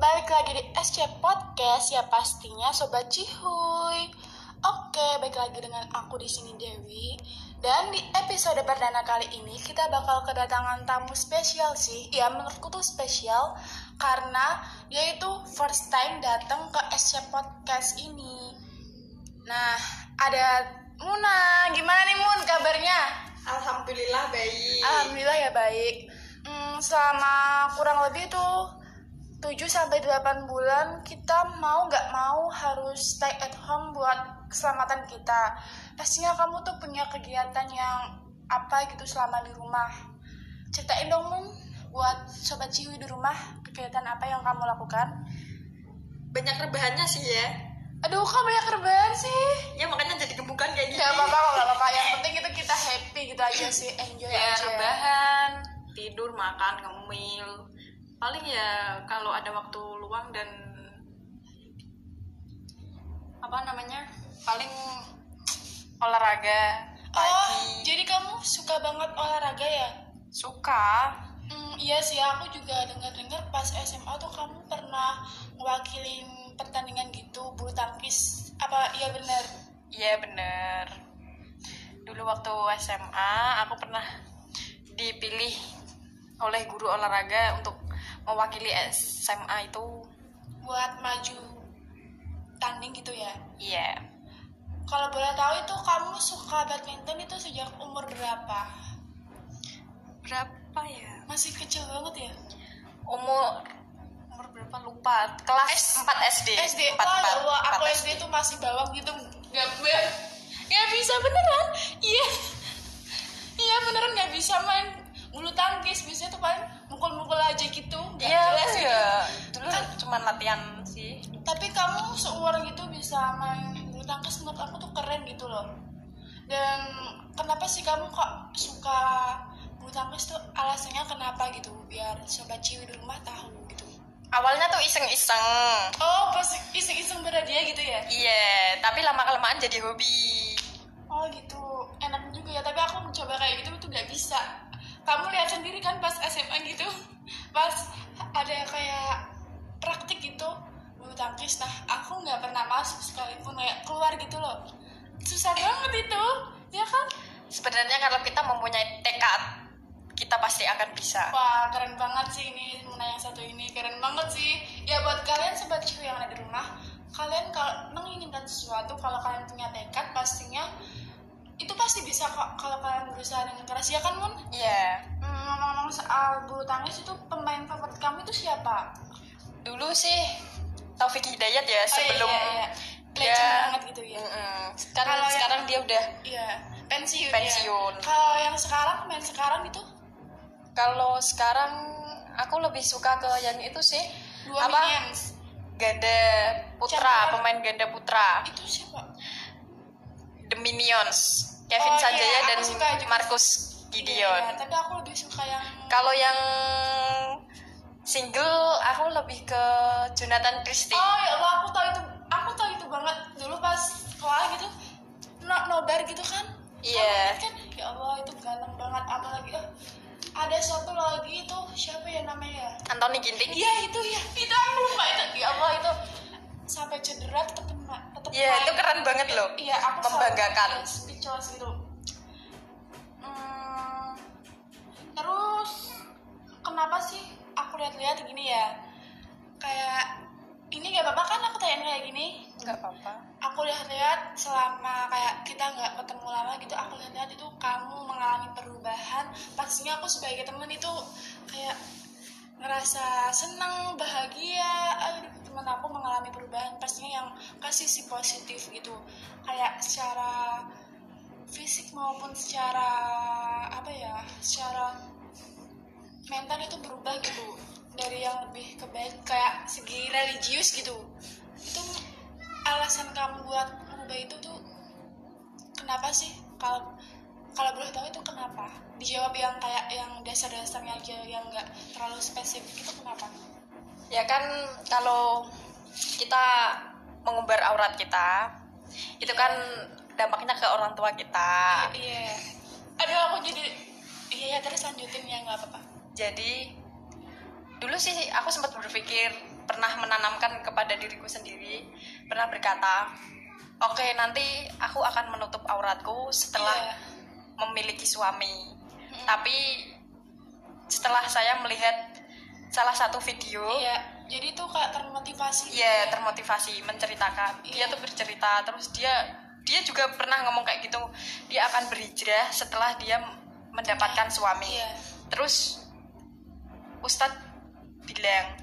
balik lagi di SC Podcast ya pastinya Sobat Cihuy. Oke, balik lagi dengan aku di sini Dewi. Dan di episode perdana kali ini kita bakal kedatangan tamu spesial sih. Ya menurutku tuh spesial karena dia itu first time datang ke SC Podcast ini. Nah, ada Muna. Gimana nih Mun kabarnya? Alhamdulillah baik. Alhamdulillah ya baik. Selama kurang lebih tuh 7-8 bulan kita mau gak mau harus stay at home buat keselamatan kita. Pastinya kamu tuh punya kegiatan yang apa gitu selama di rumah. Ceritain dong Mun, buat Sobat Ciwi di rumah, kegiatan apa yang kamu lakukan? Banyak rebahannya sih ya. Aduh, kok banyak rebahan sih? Ya makanya jadi gemukan kayak gini. Gak apa-apa. Yang penting itu kita happy gitu aja sih, enjoy ya, aja. Rebahan, tidur, makan, ngemil. Paling ya kalau ada waktu luang dan paling olahraga pagi. Jadi kamu suka banget olahraga ya? Suka. Iya sih, aku juga dengar pas SMA tuh kamu pernah mewakilin pertandingan gitu, bulu tangkis. Apa iya benar? Iya bener. Dulu waktu SMA aku pernah dipilih oleh guru olahraga untuk mewakili SMA itu. Buat maju tanding gitu ya? Iya. Kalau boleh tahu itu kamu suka badminton itu sejak umur berapa? Berapa ya? Masih kecil banget ya? Umur berapa lupa. Kelas 4 SD. SD. Wah, aku SD tuh masih bawang gitu. Gak bisa beneran. Iya beneran gak bisa main bulu tangkis. Biasanya tuh paling mukul-mukul aja gitu. Gak jelas gitu. Dulu kan cuma latihan sih. Tapi kamu seumuran gitu bisa main bulu tangkis, menurut aku tuh keren gitu loh. Dan kenapa sih kamu kok suka bulu tangkis tuh, alasannya kenapa gitu? Biar Sobat Ciwi di rumah tahu gitu. Awalnya tuh iseng-iseng. Oh, pas iseng-iseng berhadiah gitu ya? Iya, tapi lama-kelamaan jadi hobi. Oh gitu, enak juga ya. Tapi aku mencoba kayak gitu tuh gak bisa. Kamu lihat sendiri kan pas SMA gitu, pas ada kayak praktik gitu bulu tangkis. Nah, aku nggak pernah masuk sekalipun, kayak keluar gitu loh. Susah banget itu, ya kan? Sebenarnya kalau kita mempunyai tekad, kita pasti akan bisa. Wah, keren banget sih ini Muna yang satu ini, keren banget sih. Ya buat kalian Sobat Ciwi yang ada di rumah, kalian kalau menginginkan sesuatu, kalau kalian punya tekad, pastinya itu pasti bisa kok kalau kalian berusaha dengan keras, ya kan Mun? Iya. Ngomong-ngomong soal bulu tangkis, itu pemain favorit kamu itu siapa? Dulu sih Taufik Hidayat ya, sebelum iya. Legend banget gitu ya. Kan sekarang dia udah pensiun. pensiun. Ya. Kalau yang sekarang main sekarang itu? Kalau sekarang aku lebih suka ke yang itu sih. Minions. Ganda putra, pemain ganda putra. Itu siapa? The Minions. Kevin Sanjaya dan Marcus Gideon. Iya, tapi aku lebih suka yang. Kalau yang single aku lebih ke Jonathan Christie. Oh ya Allah, aku tahu itu banget. Dulu pas sekolah gitu, nobar gitu kan? Iya. Kan? Ya Allah, itu ganteng banget. Apalagi ada satu lagi itu siapa ya namanya? Anthony Ginting. Iya itu ya. Itu aku lupa itu. Ya Allah, itu sampai cedera tetap iya, itu keren banget loh. Iya, aku membanggakan. Speechless gitu. Terus kenapa sih aku lihat-lihat gini ya? Kayak ini gak apa-apa kan aku tanya kayak gini? Gak apa-apa. Aku lihat-lihat selama kayak kita gak ketemu lama gitu, aku lihat-lihat itu kamu mengalami perubahan. Pastinya aku sebagai teman itu kayak ngerasa senang, bahagia. Teman aku mengalami perubahan, pastinya yang kasih si positif gitu, kayak secara fisik maupun secara secara mental itu berubah gitu, dari yang lebih ke baik, kayak segi religius gitu. Itu alasan kamu buat berubah itu tuh kenapa sih? Kalau boleh tahu itu kenapa? Dijawab yang kayak yang dasar-dasarnya aja, yang nggak terlalu spesifik, itu kenapa? Ya kan kalau kita mengumbar aurat kita, itu kan dampaknya ke orang tua kita. Iya. Aduh, aku jadi terus lanjutin ya, nggak apa-apa. Jadi dulu sih aku sempat berpikir pernah menanamkan kepada diriku sendiri, pernah berkata, oke, nanti aku akan menutup auratku setelah memiliki suami. Tapi setelah saya melihat salah satu video, jadi tuh kayak termotivasi. Termotivasi menceritakan. Dia tuh bercerita, terus dia juga pernah ngomong kayak gitu, dia akan berhijrah setelah dia mendapatkan suami. Terus Ustadz bilang,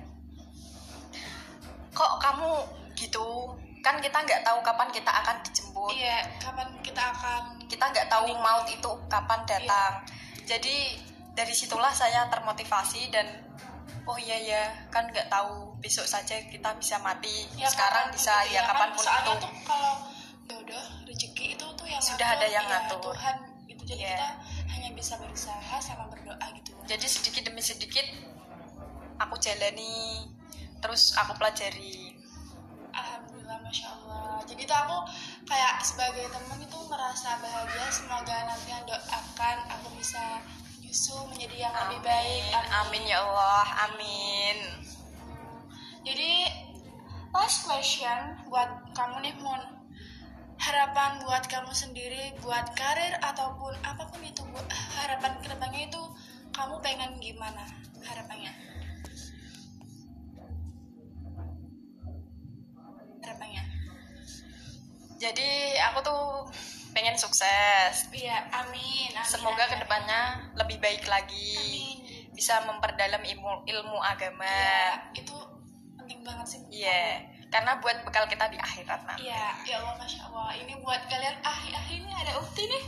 kok kamu gitu, kan kita nggak tahu kapan kita akan dijemput. Kapan kita nggak tahu maut itu kapan datang. Jadi dari situlah saya termotivasi dan oh iya kan nggak tahu, besok saja kita bisa mati. Sekarang bisa kapanpun soalnya itu. Tuh kalau udah rezeki itu tuh yang sudah ada yang ngatur. Tuhan gitu. Jadi kita hanya bisa berusaha sama berdoa gitu. Jadi sedikit demi sedikit aku jalani, terus aku pelajari. Alhamdulillah, Masya Allah. Jadi tuh aku kayak sebagai teman itu merasa bahagia. Semoga nanti yang doakan aku bisa nyusul menjadi yang lebih baik. Amin ya Allah, amin. Jadi last question buat kamu nih, Mun. Harapan buat kamu sendiri, buat karir ataupun apapun itu, harapan kedepannya itu kamu pengen gimana harapannya? Jadi aku tuh pengen sukses. Amin. Semoga kedepannya lebih baik lagi. Amin. Bisa memperdalam ilmu agama. Itu penting banget sih. Karena buat bekal kita di akhirat nanti. Ya Allah, Masya Allah. Ini buat kalian ini ada ukti nih.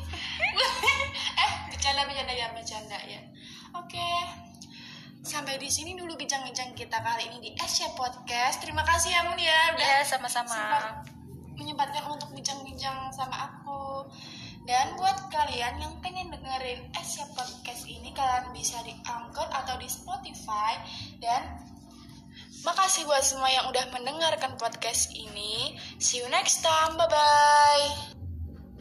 Bercanda ya. Oke. Sampai di sini dulu bincang-bincang kita kali ini di Asia Podcast. Terima kasih ya, Mun ya. Sama-sama. Menyempatkan untuk bincang-bincang sama aku. Dan buat kalian yang pengen dengerin Asia Podcast ini, kalian bisa di Anchor atau di Spotify. Dan makasih buat semua yang udah mendengarkan podcast ini. See you next time. Bye-bye.